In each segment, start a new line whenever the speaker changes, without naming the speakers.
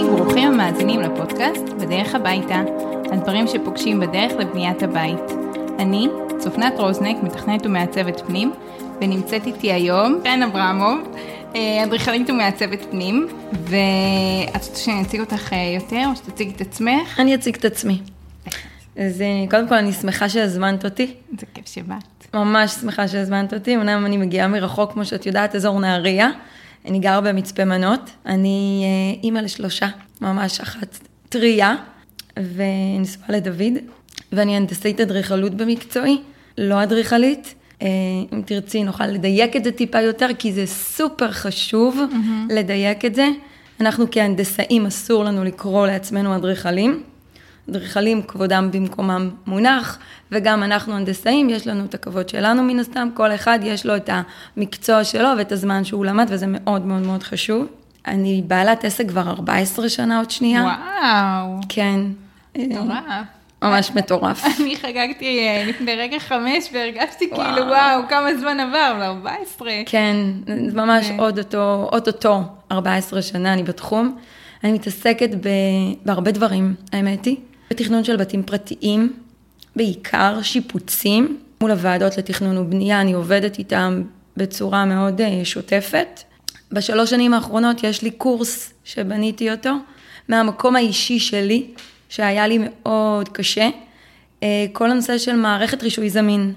וברוכים המאזינים לפודקאסט בדרך הביתה, הדברים שפוגשים בדרך לבניית הבית. אני, צופנת רוזנק, מתכננת ומעצבת פנים, ונמצאת איתי היום חן אברמוב, אדריכלית ומעצבת פנים, ואת רוצה שאני אציג אותך יותר, או שתציג את עצמך?
אני אציג את עצמי. אז קודם כל אני שמחה שהזמנת אותי.
זה כיף שבאת.
ממש שמחה שהזמנת אותי, אמנם אני מגיעה מרחוק, כמו שאת יודעת, אזור נהריה. אני גרה במצפה מנות, אני אימא לשלושה, ממש אחת טריה, ונשואה לדוד, ואני הנדסאית אדריכלות במקצועי, לא אדריכלית. אם תרצי נוכל לדייק את זה טיפה יותר, כי זה סופר חשוב לדייק את זה. אנחנו כהנדסאים אסור לנו לקרוא לעצמנו אדריכלים. אדריכלים כבודם במקומם מונח, וגם אנחנו הנדסאים, יש לנו את הכבוד שלנו מן הסתם, כל אחד יש לו את המקצוע שלו ואת הזמן שהוא למד, וזה מאוד מאוד מאוד חשוב. אני בעלת עסק כבר 14 שנה עוד שנייה.
וואו.
כן.
מטורף.
ממש מטורף.
אני חגגתי לפני רגע 5 והרגשתי כאילו וואו, כמה זמן עבר, 14.
כן, ממש עוד 14 שנה אני בתחום. אני מתעסקת בהרבה דברים, האמת היא. בתכנון של בתים פרטיים, בעיקר שיפוצים. מול הוועדות לתכנון ובנייה, אני עובדת איתם בצורה מאוד שוטפת. ב3 שנים האחרונות יש לי קורס שבניתי אותו, מהמקום האישי שלי, שהיה לי מאוד קשה, כל הנושא של מערכת רישוי זמין.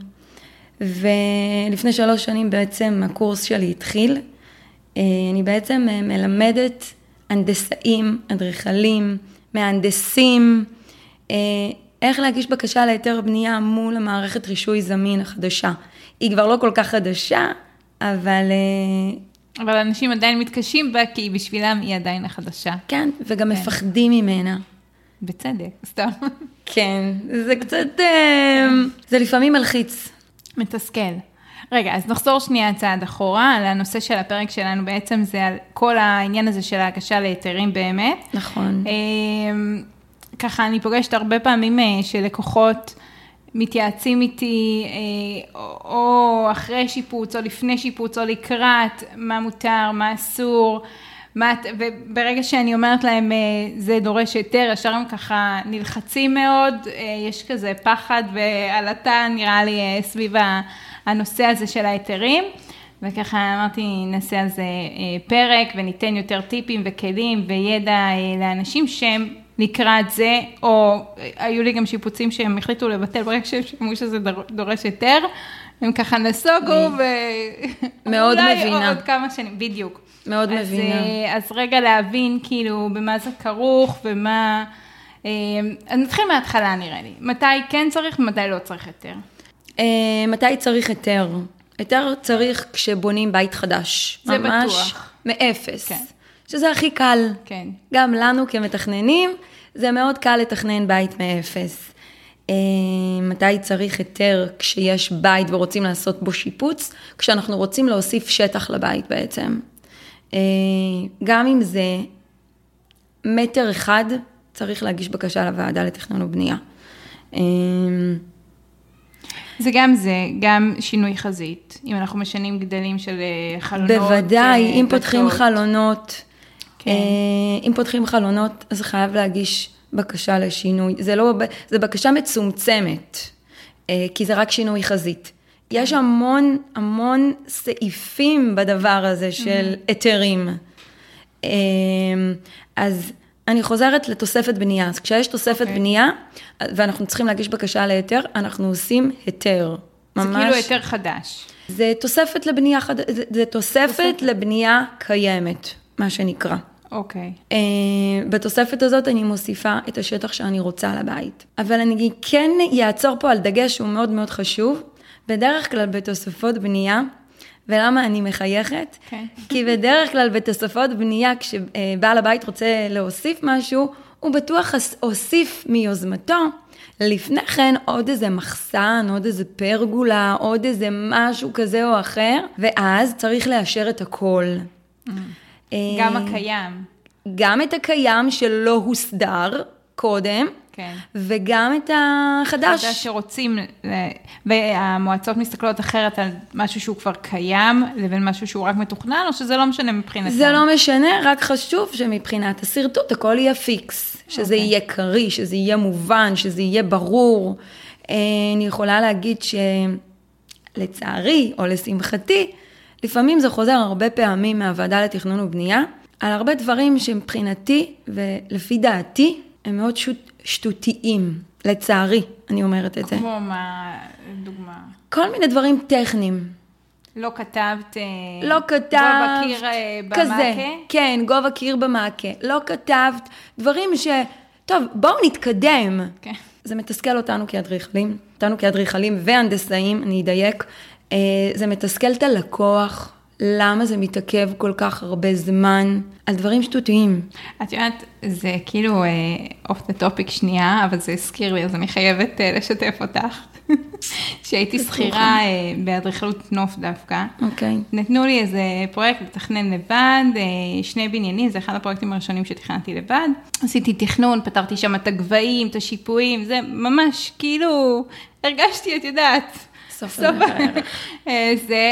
ולפני 3 שנים בעצם הקורס שלי התחיל. אני בעצם מלמדת הנדסאים, אדריכלים, מהנדסים, איך להגיש בקשה להיתר בנייה מול המערכת רישוי זמין החדשה. היא כבר לא כל כך חדשה, אבל
אנשים עדיין מתקשים בה, כי בשבילם היא עדיין החדשה.
כן, וגם מפחדים ממנה.
בצדק, סתם.
כן, זה קצת, זה לפעמים מלחיץ.
מתסכל. רגע, אז נחזור שנייה צעד אחורה, על הנושא של הפרק שלנו בעצם, זה על כל העניין הזה של ההגשה להיתרים באמת.
נכון.
ככה אני פוגשת הרבה פעמים שלקוחות מתייעצים איתי, או אחרי שיפוץ, או לפני שיפוץ, או לקראת, מה מותר, מה אסור, וברגע שאני אומרת להם, זה דורש היתר, ישר הם ככה נלחצים מאוד, יש כזה פחד ועלתה נראה לי סביב הנושא הזה של ההיתרים, וככה אמרתי, נעשה על זה פרק, וניתן יותר טיפים וכלים וידע לאנשים שהם לקראת זה, או היו לי גם שיפוצים שהם החליטו לבטל ברגע שהם שמעו שזה דורש היתר, הם ככה נסוגו
מאוד מבינה.
עוד כמה שנים, בדיוק.
מאוד מבינה.
אז רגע להבין כאילו במה זה כרוך ומה, אז נתחיל מההתחלה נראה לי. מתי כן צריך ומתי לא צריך היתר?
מתי צריך היתר? היתר צריך כשבונים בית חדש.
זה
ממש
בטוח.
מאפס.
כן.
שזה הכי קל.
כן.
גם לנו כמתכננים, זה מאוד קל לתכנן בית מאפס. מתי צריך היתר כשיש בית ורוצים לעשות בו שיפוץ? כשאנחנו רוצים להוסיף שטח לבית בעצם. גם אם זה 1 מטר, צריך להגיש בקשה לוועדה לתכנון ובנייה.
זה גם שינוי חזית, אם אנחנו משנים גדלים של חלונות.
בוודאי, אם פותחים חלונות, כן. אם פותחים חלונות, אז חייב להגיש בקשה לשינוי. זה בקשה מצומצמת, כי זה רק שינוי חזית. יש המון סעיפים בדבר הזה של היתרים. אז אני חוזרת לתוספת בנייה. אז כשיש תוספת בנייה, ואנחנו צריכים להגיש בקשה להיתר, אנחנו עושים היתר.
זה כאילו היתר חדש.
זה תוספת לבנייה זה תוספת לבנייה קיימת, מה שנקרא.
אוקיי.
בתוספת הזאת אני מוסיפה את השטח שאני רוצה לבית. אבל אני כן יעצור פה על דגש שהוא מאוד מאוד חשוב. בדרך כלל בתוספות בנייה, ולמה אני מחייכת? כן. כי בדרך כלל בתוספות בנייה, כשבעל הבית רוצה להוסיף משהו, הוא בטוח הוסיף מיוזמתו, לפני כן עוד איזה מחסן, עוד איזה פרגולה, עוד איזה משהו כזה או אחר, ואז צריך לאשר את הכל.
גם הקיים.
גם את הקיים שלא הוסדר קודם,
כן.
וגם את החדש.
חדש שרוצים, והמועצות מסתכלות אחרת על משהו שהוא כבר קיים, לבין משהו שהוא רק מתוכנן, או שזה לא משנה מבחינתם?
זה לא משנה, רק חשוב שמבחינת הסרטוט הכל יהיה פיקס, שזה יהיה קרי, שזה יהיה מובן, שזה יהיה ברור. אני יכולה להגיד שלצערי, או לשמחתי, לפעמים זה חוזר הרבה פעמים מהוועדה לתכנון ובנייה, על הרבה דברים שמבחינתי ולפי דעתי הם מאוד שטותיים, לצערי, אני אומרת את זה.
כמו מה, דוגמה?
כל מיני דברים טכניים.
לא כתבת...
לא כתבת...
גובה קיר במעקה?
כן, גובה קיר במעקה. לא כתבת דברים טוב, בואו נתקדם.
כן.
זה מתסכל אותנו כאדריכלים והנדסאים, אני אדייק. זה מתסכל את הלקוח, למה זה מתעכב כל כך הרבה זמן על דברים שטותיים.
את יודעת, זה כאילו אוף דה טופיק שנייה, אבל זה הזכיר לי, אז אני חייבת לשתף אותך. שהייתי שכירה באדריכלות נוף דווקא.
אוקיי.
נתנו לי איזה פרויקט לתכנן לבד, 2 בניינים, זה אחד הפרויקטים הראשונים שתכננתי לבד. עשיתי תכנון, פתרתי שם את הגבהים, את השיפועים, זה ממש כאילו, הרגשתי, את יודעת.
סוף
זה,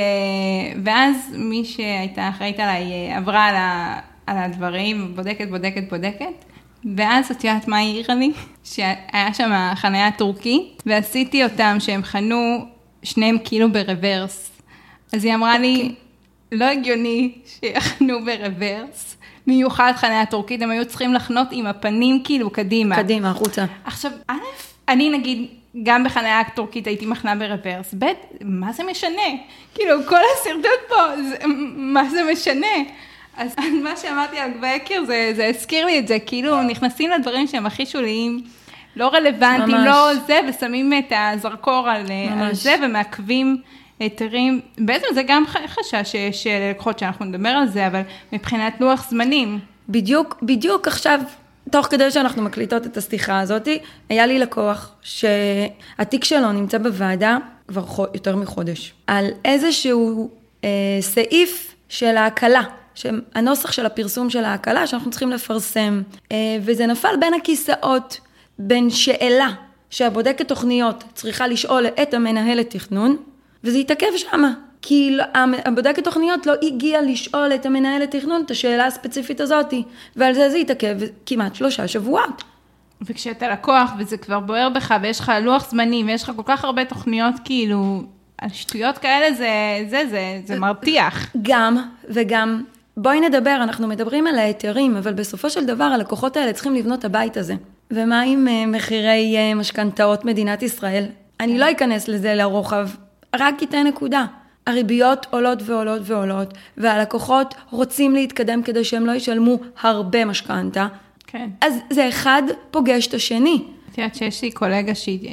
ואז מי שהייתה אחראית עליי עברה על הדברים, בודקת, ואז את יודעת מה העירה לי? שהיה שם חניה טורקית, ועשיתי אותם שהם חנו שניהם כאילו ברוורס. אז היא אמרה לי, לא הגיוני שיחנו ברוורס, מיוחד חניה טורקית, הם היו צריכים לחנות עם הפנים כאילו קדימה.
קדימה, החוצה.
עכשיו, א', אני נגיד, גם בחניה טורקית הייתי מחנה ברוורס, ב', מה זה משנה? כאילו, כל הסרטוט פה, מה זה משנה? אז מה שאמרתי על גבי הקיר, זה הזכיר לי את זה, כאילו נכנסים לדברים שהם הכי שוליים, לא רלוונטיים, לא זה, ושמים את הזרקור על זה, ומעכבים היתרים. בעצם זה גם חשש של לקוחות שאנחנו נדבר על זה, אבל מבחינת לוח זמנים.
בדיוק עכשיו, תוך כדי שאנחנו מקליטות את השיחה הזאת, היה לי לקוח שהתיק שלו נמצא בוועדה כבר יותר מחודש, על איזשהו סעיף של ההקלה, הנוסח של הפרסום של ההקלה שאנחנו צריכים לפרסם, וזה נפל בין הכיסאות, בין שאלה שהבודקת תוכניות צריכה לשאול את המנהלת תכנון, וזה יתעכב שמה, כי הבודקת תוכניות לא הגיעה לשאול את המנהלת תכנון את השאלה הספציפית הזאת, ועל זה יתעכב כמעט 3 שבועות.
וכשאתה לקוח וזה כבר בוער בך, ויש לך לוח זמנים, ויש לך כל כך הרבה תוכניות כאילו, על שטויות כאלה זה מרתיח.
וגם, בואי נדבר, אנחנו מדברים על ההיתרים, אבל בסופו של דבר הלקוחות האלה צריכים לבנות הבית הזה. ומה עם מחירי משכנתאות מדינת ישראל? אני לא אכנס לזה לרוחב, רק איתה נקודה. הריביות עולות ועולות ועולות, והלקוחות רוצים להתקדם כדי שהם לא ישלמו הרבה משכנתה.
כן.
אז זה אחד פוגש את השני.
את יודעת שיש לי קולגה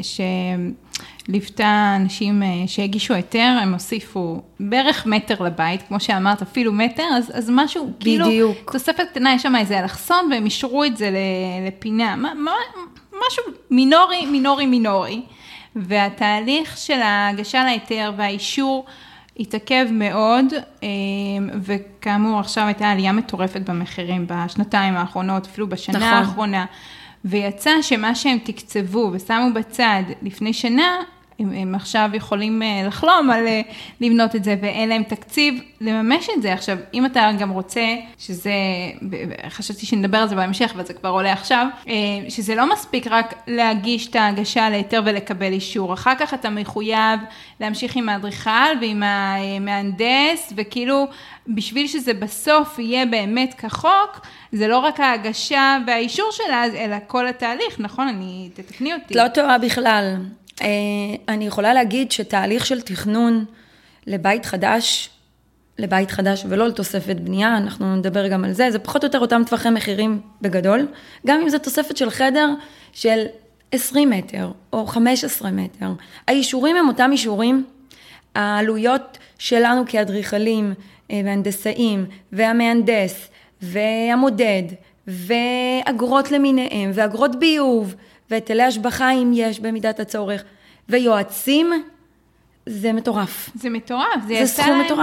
שליוותה אנשים שהגישו היתר, הם הוסיפו בערך מטר לבית, כמו שאמרת, אפילו מטר, אז משהו,
בדיוק.
כאילו, תוספת קטנה, יש שם איזה אלכסון, והם אישרו את זה לפינה, משהו מינורי. והתהליך של ההגשה להיתר והאישור התעכב מאוד, וכאמור עכשיו הייתה עלייה מטורפת במחירים בשנתיים האחרונות, אפילו בשנה האחרונה, ויצא שמה שהם תקצבו ושמו בצד לפני שנה, הם עכשיו יכולים לחלום על לבנות את זה, ואין להם תקציב לממש את זה. עכשיו, אם אתה גם רוצה, שזה, חשבתי שנדבר על זה בהמשך, וזה כבר עולה עכשיו, שזה לא מספיק רק להגיש את ההגשה להיתר ולקבל אישור. אחר כך אתה מחויב להמשיך עם האדריכל ועם המהנדס, וכאילו, בשביל שזה בסוף יהיה באמת כחוק, זה לא רק ההגשה והאישור שלה, אלא כל התהליך, נכון? תתקני אותי.
לא טועה בכלל. אני יכולה להגיד שתהליך של תכנון לבית חדש ולא לתוספת בנייה, אנחנו נדבר גם על זה, זה פחות או יותר אותם טווחי מחירים בגדול, גם אם זה תוספת של חדר של 20 מטר או 15 מטר. האישורים הם אותם אישורים, העלויות שלנו כאדריכלים והנדסאים והמהנדס והמודד ואגרות למיניהם ואגרות ביוב, והיטלי השבחה אם יש במידת הצורך, ויועצים, זה מטורף.
זה מטורף.
זה סכום מטורף.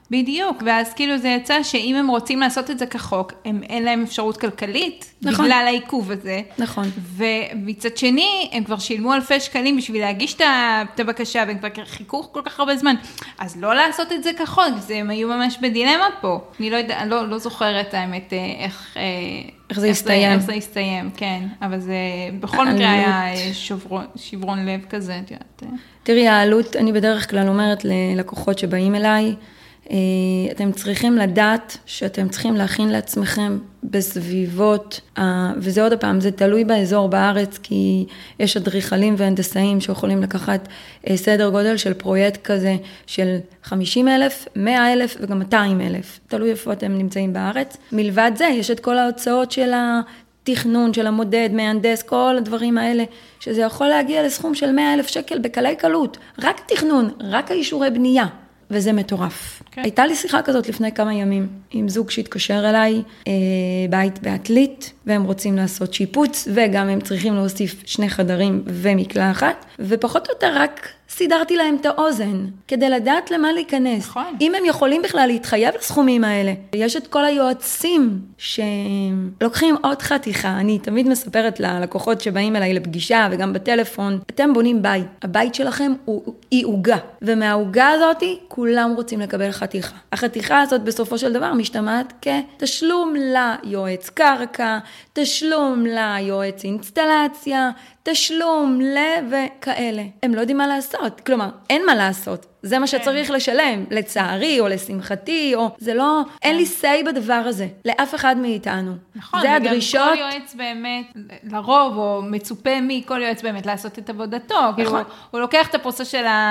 בדיוק, ואז כאילו זה יצא שאם הם רוצים לעשות את זה כחוק, אין להם אפשרות כלכלית,
נכון.
בגלל העיכוב הזה.
נכון.
ומצד שני, הם כבר שילמו אלפי שקלים בשביל להגיש את הבקשה, והם כבר חיכו כל כך הרבה זמן. אז לא לעשות את זה כחוק, הם היו ממש בדילמה פה. אני לא זוכרת האמת איך
זה יסתיים.
איך זה יסתיים, כן. אבל זה בכל מקרה היה שברון לב כזה, את יודעת.
תראי, העלות, אני בדרך כלל אומרת ללקוחות שבאים אליי, אתם צריכים לדעת שאתם צריכים להכין לעצמכם בסביבות, וזה עוד פעם, זה תלוי באזור בארץ, כי יש אדריכלים והנדסאים שיכולים לקחת סדר גודל של פרויקט כזה של 50,000, 100,000 וגם 200,000, תלוי איפה אתם נמצאים בארץ. מלבד זה, יש את כל ההוצאות של תכנון, של המודד, מהנדס, כל הדברים האלה, שזה יכול להגיע לסכום של 100,000 שקל בקלי קלות, רק תכנון, רק האישורי בנייה. וזה מטורף. Okay. הייתה לי שיחה כזאת לפני כמה ימים, עם זוג שהתקשר אליי, בית בעתלית, והם רוצים לעשות שיפוץ, וגם הם צריכים להוסיף 2 חדרים ומקלחת, ופחות או יותר רק סידרתי להם את האוזן, כדי לדעת למה להיכנס.
נכון.
אם הם יכולים בכלל להתחייב לסכומים האלה. יש את כל היועצים שלוקחים עוד חתיכה. אני תמיד מספרת ללקוחות שבאים אליי לפגישה, וגם בטלפון, אתם בונים בית. הבית שלכם היא עוגה. ומהעוגה הזאת, כולם רוצים לקבל חתיכה. החתיכה הזאת בסופו של דבר משתמעת כתשלום ליועץ קרקע, תשלום ליועץ אינסטלציה, תשלום וכאלה. הם לא יודעים מה לעשות. כלומר, אין מה לעשות. זה מה שצריך לשלם, לצערי או לשמחתי, או זה לא, אין לי סי בדבר הזה, לאף אחד מאיתנו.
נכון,
זה
וגם
הדרישות.
כל יועץ באמת, לרוב, או מצופה מכל יועץ באמת לעשות את עבודתו.
נכון.
כאילו, הוא לוקח את הפרוסה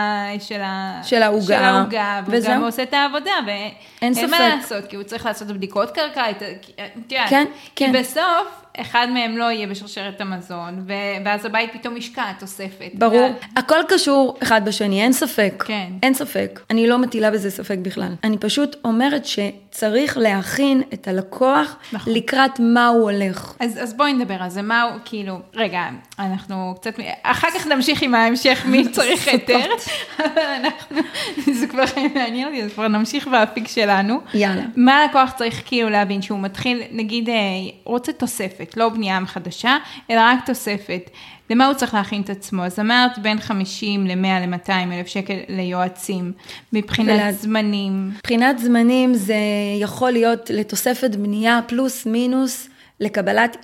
של העוגה,
וגם עושה את העבודה,
אין ספק.
מה לעשות, כי הוא צריך לעשות בדיקות קרקע,
כן.
כי בסוף, אחד מהם לא יהיה בשרשרת המזון, ואז הבית פתאום ישקע, תוספת.
ברור. הכל קשור אחד בשני, אין ספק.
כן.
אין ספק. אני לא מטילה בזה ספק בכלל. אני פשוט אומרת שצריך להכין את הלקוח לקראת מה הוא הולך.
אז בואי נדבר על זה. מה הוא, כאילו, רגע, אנחנו קצת, אחר כך נמשיך עם ההמשך מי צריך היתר, אבל אנחנו, זה כבר מעניין אותי, אז כבר נמשיך באפיק שלנו.
יאללה.
מה הלקוח צריך כאילו להבין שהוא מתחיל, נגיד, רוצה תוספת, לא בנייה מחדשה, אלא רק תוספת. למה הוא צריך להכין את עצמו? אז אמרת בין 50 ל-100 ל-200 אלף שקל ליועצים, מבחינת זמנים.
מבחינת זמנים זה יכול להיות לתוספת בנייה פלוס מינוס לקבלת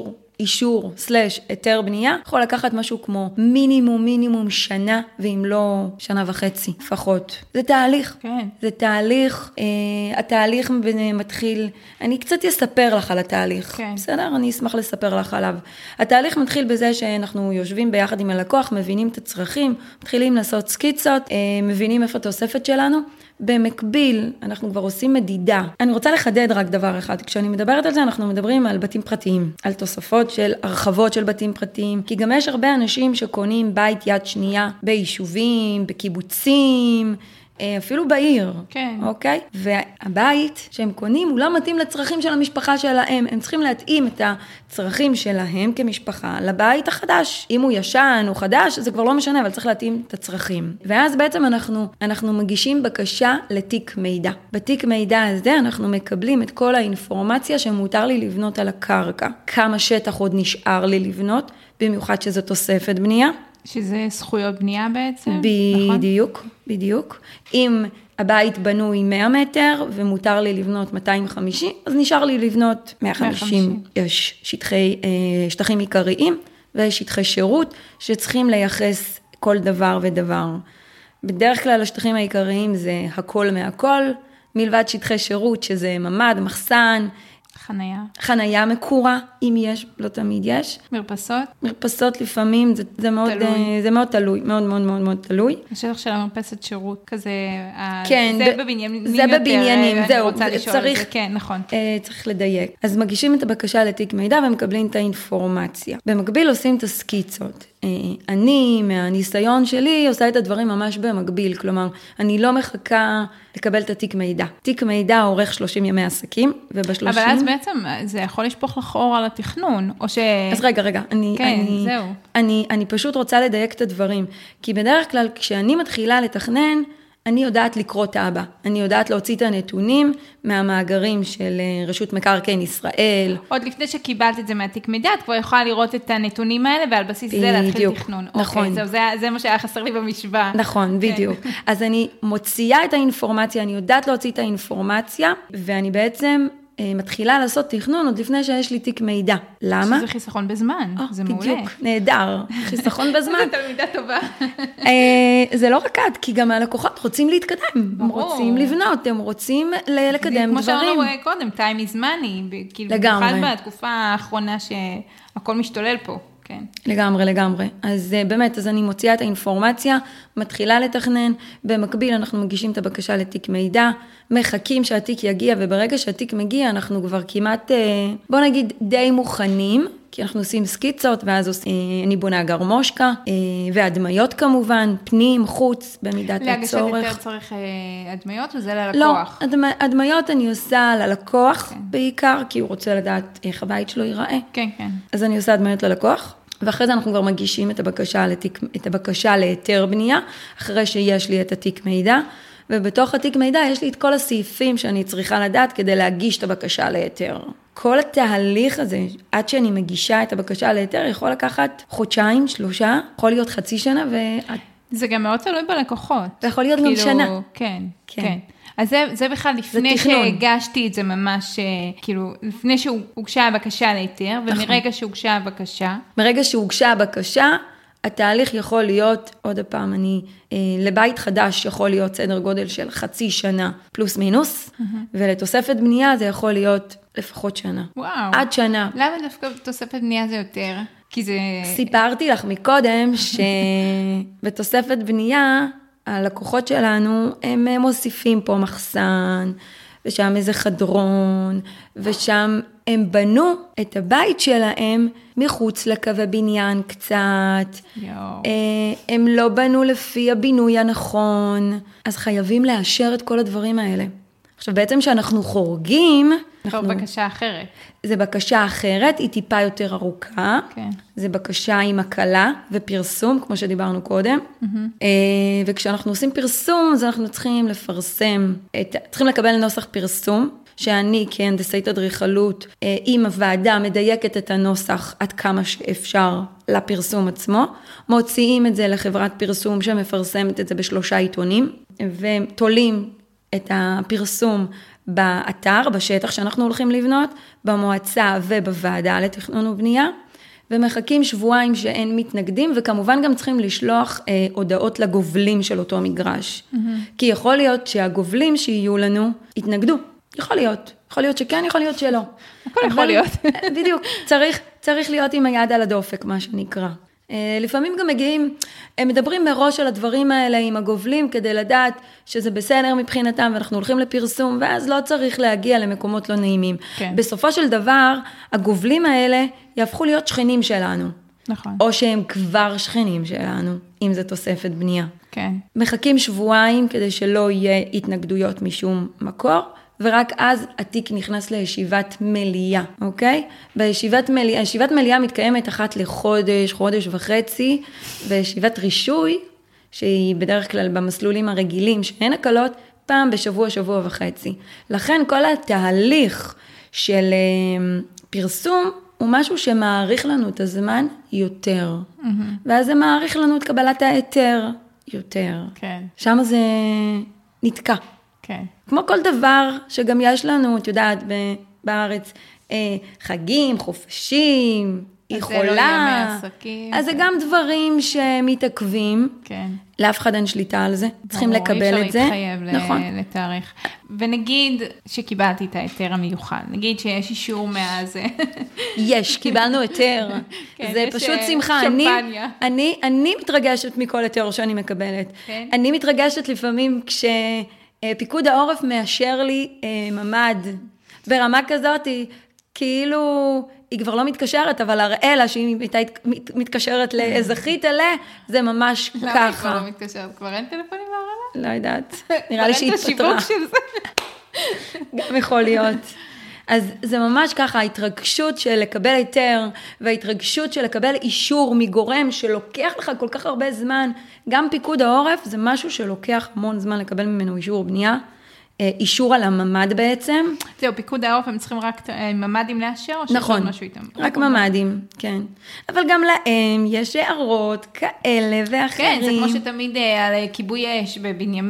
אישור / היתר בנייה, יכול לקחת משהו כמו מינימום שנה, ואם לא 1.5 שנה לפחות. זה תהליך.
כן.
זה תהליך, התהליך מתחיל, אני קצת אספר לך על התהליך.
כן.
בסדר? אני אשמח לספר לך עליו. התהליך מתחיל בזה שאנחנו יושבים ביחד עם הלקוח, מבינים את הצרכים, מתחילים לעשות סקיצות, מבינים איפה התוספת שלנו. במקביל, אנחנו כבר עושים מדידה. אני רוצה לחדד רק דבר אחד. כשאני מדברת על זה, אנחנו מדברים על בתים פרטיים, על תוספות של הרחבות של בתים פרטיים, כי גם יש הרבה אנשים שקונים בית יד שנייה ביישובים, בקיבוצים, אפילו בעיר,
כן.
אוקיי? והבית שהם קונים הוא לא מתאים לצרכים של המשפחה שלהם, הם צריכים להתאים את הצרכים שלהם כמשפחה לבית החדש. אם הוא ישן או חדש, זה כבר לא משנה, אבל צריך להתאים את הצרכים. ואז בעצם אנחנו מגישים בקשה לתיק מידע. בתיק מידע הזה אנחנו מקבלים את כל האינפורמציה שמותר לי לבנות על הקרקע. כמה שטח עוד נשאר לי לבנות, במיוחד שזו תוספת בנייה.
שזה זכויות בנייה בעצם?
בדיוק. אם הבית בנוי 100 מטר ומותר לי לבנות 250, אז נשאר לי לבנות 150. יש שטחים עיקריים ויש שטחי שירות שצריכים לייחס כל דבר ודבר. בדרך כלל השטחים העיקריים זה הכל מהכל, מלבד שטחי שירות שזה ממד, מחסן, חנייה מקורה, אם יש, לא תמיד יש. מרפסות לפעמים, זה מאוד תלוי, מאוד תלוי.
השטח של המרפסת שירות, כזה,
כן,
זה בבניינים.
זה בבניינים, זהו,
צריך, כן, נכון.
צריך לדייק. אז מגישים את הבקשה לתיק מידע ומקבלים את האינפורמציה. במקביל עושים את הסקיצות. אני, מהניסיון שלי, עושה את הדברים ממש במקביל, כלומר, אני לא מחכה לקבל את התיק מידע. תיק מידע עורך 30 ימי עסקים,
אבל אז בעצם זה יכול לשפוך לך אור על התכנון, או
אז רגע, אני פשוט רוצה לדייק את הדברים, כי בדרך כלל כשאני מתחילה לתכנן, אני יודעת לקרוא תב"ע, אני יודעת להוציא את הנתונים מהמאגרים של רשות מקרקעין ישראל.
עוד לפני שקיבלת את זה מהתיק מידע, את כבר יכולה לראות את הנתונים האלה, ועל בסיס זה להתחיל תכנון.
נכון.
אוקיי, זה מה שהיה חסר לי במשוואה.
נכון, בדיוק. אז אני מוציאה את האינפורמציה, אני יודעת להוציא את האינפורמציה, ואני בעצם מתחילה לעשות תכנון עוד לפני שיש לי תיק מידע. למה?
שזה חיסכון בזמן, זה מעולה.
בדיוק, נהדר, חיסכון בזמן.
זה תלמידה טובה.
זה לא רק עד, כי גם הלקוחות רוצים להתקדם, הם רוצים לבנות, הם רוצים לקדם דברים.
כמו שאמרנו קודם, time is money, כאילו במיוחד בתקופה האחרונה שהכל משתולל פה. כן.
לגמרי. אז באמת, אז אני מוציאה את האינפורמציה, מתחילה לתכנן, במקביל אנחנו מגישים את הבקשה לתיק מידע, מחכים שהתיק יגיע, וברגע שהתיק מגיע אנחנו כבר כמעט, בוא נגיד, די מוכנים, כי אנחנו עושים סקיצות, ואז אני בונה גרמושקה, והדמיות כמובן, פנים, חוץ, במידת הצורך.
להגשת יותר צריך הדמיות, וזה ללקוח?
לא, הדמיות אני עושה ללקוח בעיקר, כי הוא רוצה לדעת איך הבית שלו ייראה.
כן.
אז אני עושה הדמיות ללקוח, ואחרי זה אנחנו כבר מגישים את הבקשה להיתר בנייה, אחרי שיש לי את התיק מידע, ובתוך התיק מידע יש לי את כל הסעיפים שאני צריכה לדעת כדי להגיש את הבקשה להיתר. כל התהליך הזה, עד שאני מגישה את הבקשה להיתר, יכול לקחת חודשיים, 3, יכול להיות חצי שנה,
זה גם מאוד תלוי בלקוחות.
זה יכול להיות גם שנה.
כן. אז זה בכלל לפני שהגשתי את זה ממש, כאילו, לפני שהוגשה הבקשה להיתר, ומרגע שהוגשה הבקשה.
מרגע שהוגשה הבקשה, התהליך יכול להיות, עוד הפעם, לבית חדש יכול להיות סדר גודל של חצי שנה פלוס מינוס, ולתוספת בנייה זה יכול להיות לפחות שנה.
וואו.
עד שנה.
למה דווקא תוספת בנייה זה יותר? כי זה...
סיפרתי לך מקודם שבתוספת בנייה, הלקוחות שלנו, הם מוסיפים פה מחסן, ושם איזה חדרון, ושם הם בנו את הבית שלהם מחוץ לקווי בניין קצת. הם לא בנו לפי הבינוי הנכון, אז חייבים לאשר את כל הדברים האלה. עכשיו בעצם שאנחנו חורגים,
זו בקשה אחרת.
זה בקשה אחרת, היא טיפה יותר ארוכה. כן. זה בקשה עם הקלה ופרסום, כמו שדיברנו קודם. וכשאנחנו עושים פרסום, אז אנחנו צריכים לפרסם, צריכים לקבל נוסח פרסום, שאני כהנדסאית אדריכלות, עם הוועדה מדייקת את הנוסח עד כמה שאפשר לפרסום עצמו, מוציאים את זה לחברת פרסום שמפרסמת את זה ב3 עיתונים, ותולים את הפרסום באתר, בשטח שאנחנו הולכים לבנות, במועצה ובוועדה לתכנון ובנייה, ומחכים שבועיים שאין מתנגדים, וכמובן גם צריכים לשלוח הודעות לגובלים של אותו מגרש. כי יכול להיות שהגובלים שיהיו לנו יתנגדו. יכול להיות שכן, יכול להיות שלא.
הכל יכול להיות.
בדיוק, צריך להיות עם היד על הדופק, מה שנקרא. לפעמים גם מגיעים, הם מדברים מראש על הדברים האלה עם הגובלים, כדי לדעת שזה בסדר מבחינתם, ואנחנו הולכים לפרסום, ואז לא צריך להגיע למקומות לא נעימים. כן. בסופו של דבר, הגובלים האלה יהפכו להיות שכנים שלנו.
נכון.
או שהם כבר שכנים שלנו, אם זה תוספת בנייה.
כן. מחכים
שבועיים כדי שלא יהיה התנגדויות משום מקור, ורק אז התיק נכנס לישיבת מליאה, אוקיי? ישיבת מליאה מתקיימת אחת לחודש, חודש וחצי, וישיבת רישוי, שהיא בדרך כלל במסלולים הרגילים, שאין הקלות, פעם בשבוע, שבוע וחצי. לכן כל התהליך של פרסום, הוא משהו שמעריך לנו את הזמן יותר. ואז זה מעריך לנו את קבלת ההיתר יותר.
כן.
שם זה נתקע.
כן.
כמו כל דבר שגם יש לנו, את יודעת, בארץ, חגים, חופשים, יכולה. אז זה גם דברים שמתעכבים. כן. לאף אחד אין שליטה על זה. צריכים לקבל את זה.
אי אפשר להתחייב לתאריך. ונגיד שקיבלתי את ההיתר המיוחד. נגיד שיש אישור מאז.
יש, קיבלנו היתר. זה פשוט שמחה. אני מתרגשת מכל היתר שאני מקבלת. אני מתרגשת לפעמים פיקוד העורף מאשר לי ממד ברמה כזאת, כאילו היא כבר לא מתקשרת, אבל הראלה שהיא הייתה מתקשרת לאזרחית אלה, זה ממש ככה.
למה היא כבר לא מתקשרת? כבר אין טלפונים להראלה?
לא יודעת, נראה לי שהיא התפטרה. גם יכול להיות. אז זה ממש ככה, ההתרגשות של לקבל היתר, וההתרגשות של לקבל אישור מגורם שלוקח לך כל כך הרבה זמן, גם פיקוד העורף זה משהו שלוקח המון זמן לקבל ממנו אישור בנייה, אישור על הממד בעצם.
זהו, פיקוד העורף הם צריכים רק ממדים לאשר, או
נכון,
שיש משהו איתם?
רק ממדים, כן. אבל גם להם יש הערות כאלה ואחרים.
כן, זה כמו שתמיד על כיבוי אש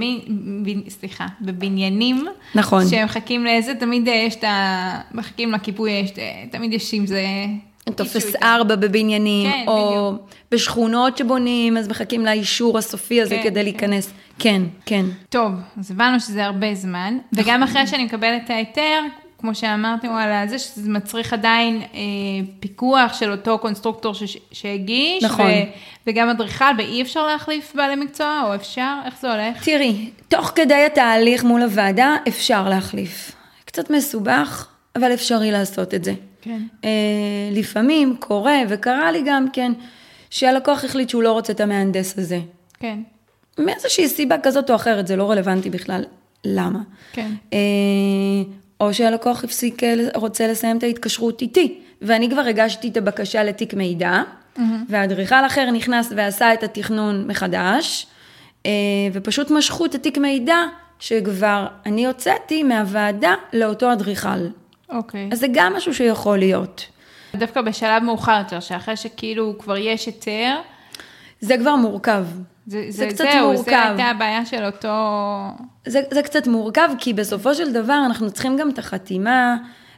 בבניינים.
נכון.
שהם מחכים לאיזה, תמיד יש מחכים לכיבוי אש, תמיד יש עם זה...
טופס 4 בבניינים,
כן,
או
בדיוק.
בשכונות שבונים, אז מחכים לאישור הסופי הזה
כן,
כדי להיכנס. כן, כן.
טוב, אז הבנו שזה הרבה זמן, וגם אחרי שאני מקבלת את ההיתר, כמו שאמרתם על זה, שזה מצריך עדיין פיקוח של אותו קונסטרוקטור שהגיש,
נכון.
וגם אדריכל, ואי אפשר להחליף בעלי מקצוע, או אפשר? איך זה הולך?
תראי, תוך כדי התהליך מול הוועדה, אפשר להחליף. קצת מסובך, אבל אפשרי לעשות את זה.
כן.
לפעמים קורה, וקרה לי גם כן, שהלקוח החליט שהוא לא רוצה את המהנדס הזה.
כן.
מאיזושהי סיבה כזאת או אחרת, זה לא רלוונטי בכלל. למה?
כן.
או שהלקוח רוצה לסיים את ההתקשרות איתי, ואני כבר הגשתי את הבקשה לתיק מידע, והאדריכל אחר נכנס ועשה את התכנון מחדש, ופשוט משכו את התיק מידע, שכבר אני הוצאתי מהוועדה לאותו אדריכל.
אוקיי.
אז זה גם משהו שיכול להיות.
דווקא בשלב מאוחר יותר, שאחרי שכאילו כבר יש היתר,
זה כבר מורכב.
זה
קצת
זהו,
מורכב.
זה הייתה הבעיה של אותו...
זה קצת מורכב, כי בסופו של דבר אנחנו צריכים גם את החתימה,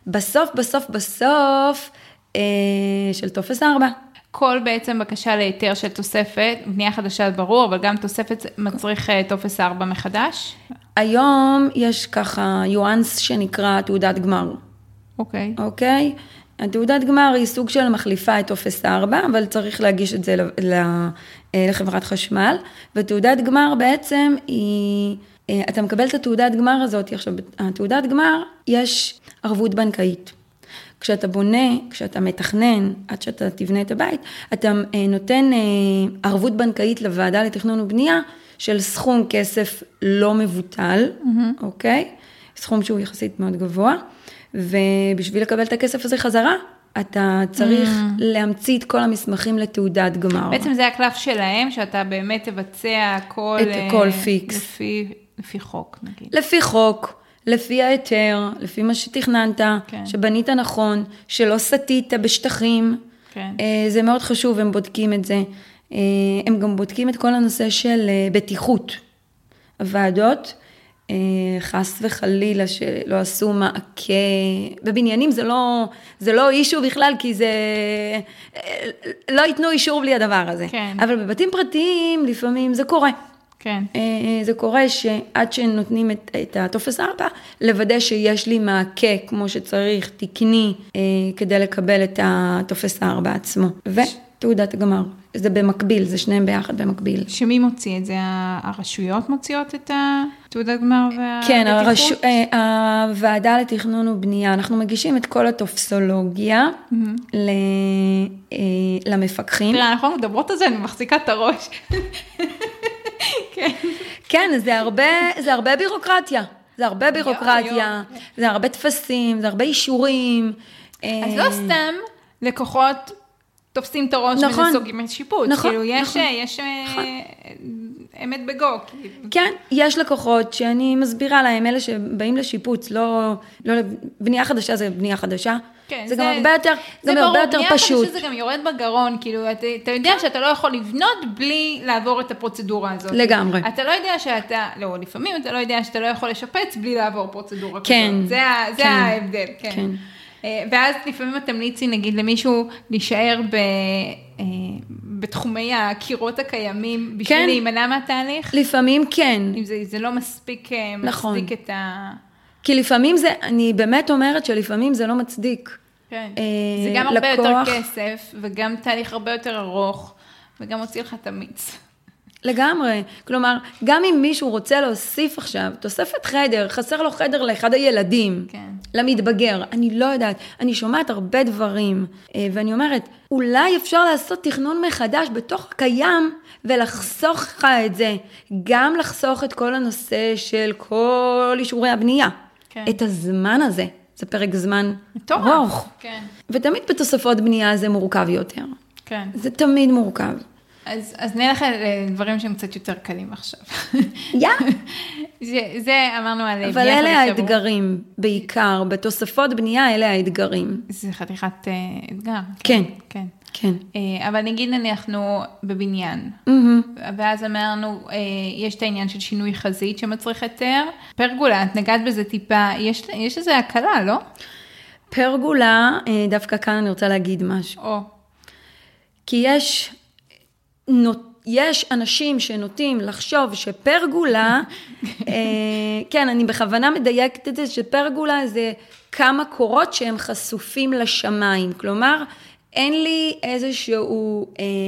בסוף, של טופס 4.
כל בעצם בקשה להיתר של תוספת, בנייה חדשה ברור, אבל גם תוספת מצריך טופס 4 מחדש?
היום יש ככה יואנס שנקרא תעודת גמר.
אוקיי.
אוקיי? התעודת גמר היא סוג של מחליפה את טופס 4, אבל צריך להגיש את זה לחברת חשמל, ותעודת גמר בעצם היא, אתה מקבל את התעודת גמר הזאת, עכשיו, התעודת גמר יש ערבות בנקאית. כשאתה בונה, כשאתה מתכנן, עד שאתה תבנה את הבית, אתה נותן ערבות בנקאית לוועדה לתכנון ובנייה, של סכום כסף לא מבוטל, אוקיי? סכום שהוא יחסית מאוד גבוה, ובשביל לקבל את הכסף הזה חזרה, אתה צריך להמציא את כל המסמכים לתעודת גמר.
בעצם זה הקלף שלהם, שאתה באמת תבצע הכל...
את הכל פיקס.
לפי חוק, נגיד.
לפי חוק, לפי ההיתר, לפי מה שתכננת,
כן.
שבנית נכון, שלא סתית בשטחים.
כן.
זה מאוד חשוב, הם בודקים את זה. הם גם בודקים את כל הנושא של בטיחות. הוועדות, חס וחלילה שלא עשו מעקה, בבניינים זה לא אישו בכלל, כי זה, לא ייתנו אישור בלי הדבר הזה.
כן.
אבל בבתים פרטיים לפעמים זה קורה.
כן.
זה קורה שעד שנותנים את הטופס 4, לוודא שיש לי מעקה כמו שצריך, תקני, כדי לקבל את הטופס 4 עצמו. ותעודת גמר. זה במקביל, זה שניהם ביחד במקביל.
שמי מוציא את זה? הרשויות מוציאות את התעודת גמר והבטיחות?
כן, הוועדה לתכנון ובנייה, אנחנו מגישים את כל הטופסולוגיה למפקחים.
תראה, אנחנו מדברות על זה, אני מחזיקה את הראש.
כן, זה הרבה בירוקרטיה. זה הרבה בירוקרטיה, זה הרבה תפסים, זה הרבה אישורים.
אז לא סתם לקוחות תופסים את הראש ונסוגים שיפוט. כאילו יש אמת בגו.
כן, יש לקוחות שאני מסבירה להם, אלה שבאים לשיפוץ, לא בנייה חדשה זה בנייה חדשה. זה גם הרבה יותר פשוט.
זה ברור, בנייה חדשה זה גם יורד בגרון, כאילו אתה יודע שאתה לא יכול לבנות בלי לעבור את הפרוצדורה הזאת.
לגמרי.
אתה לא יודע שאתה, לא, לפעמים אתה לא יודע שאתה לא יכול לשפץ בלי לעבור פרוצדורה כזאת.
כן.
זה ההבדל, כן. ואז לפעמים התמליצי, נגיד, למישהו להישאר בתחומי הקירות הקיימים, בשביל להימנע מהתהליך?
לפעמים כן.
אם זה לא מספיק מצדיק את ה...
כי לפעמים זה, אני באמת אומרת שלפעמים זה לא מצדיק.
כן. זה גם הרבה יותר כסף, וגם תהליך הרבה יותר ארוך, וגם הוציא לך תמיץ.
לגמרי. כלומר, גם אם מישהו רוצה להוסיף עכשיו, תוספת חדר, חסר לו חדר לאחד הילדים, למתבגר, אני לא יודעת, אני שומעת הרבה דברים, ואני אומרת, אולי אפשר לעשות תכנון מחדש בתוך הקיים, ולחסוך לך את זה, גם לחסוך את כל הנושא של כל אישורי הבנייה. את הזמן הזה, זה פרק זמן
מטורף.
ארוך.
כן.
ותמיד בתוספות בנייה זה מורכב יותר.
כן.
זה תמיד מורכב.
אז נלך לדברים שהם קצת יותר קלים עכשיו. זה אמרנו על
אבל אלה האתגרים, בעיקר, בתוספות בנייה, אלה האתגרים.
זה חתיכת אתגר.
כן.
כן.
כן.
אבל נגיד אנחנו בבניין, ואז אמרנו, יש את העניין של שינוי חזית שמצריך היתר. פרגולה, את נגעת בזה טיפה, יש איזה הקלה, לא?
פרגולה, דווקא כאן אני רוצה להגיד משהו. כי יש אנשים שנוטים לחשוב שפרגולה, כן, אני בכוונה מדייקת את זה, שפרגולה זה כמה קורות שהם חשופים לשמיים. כלומר, אין לי איזשהו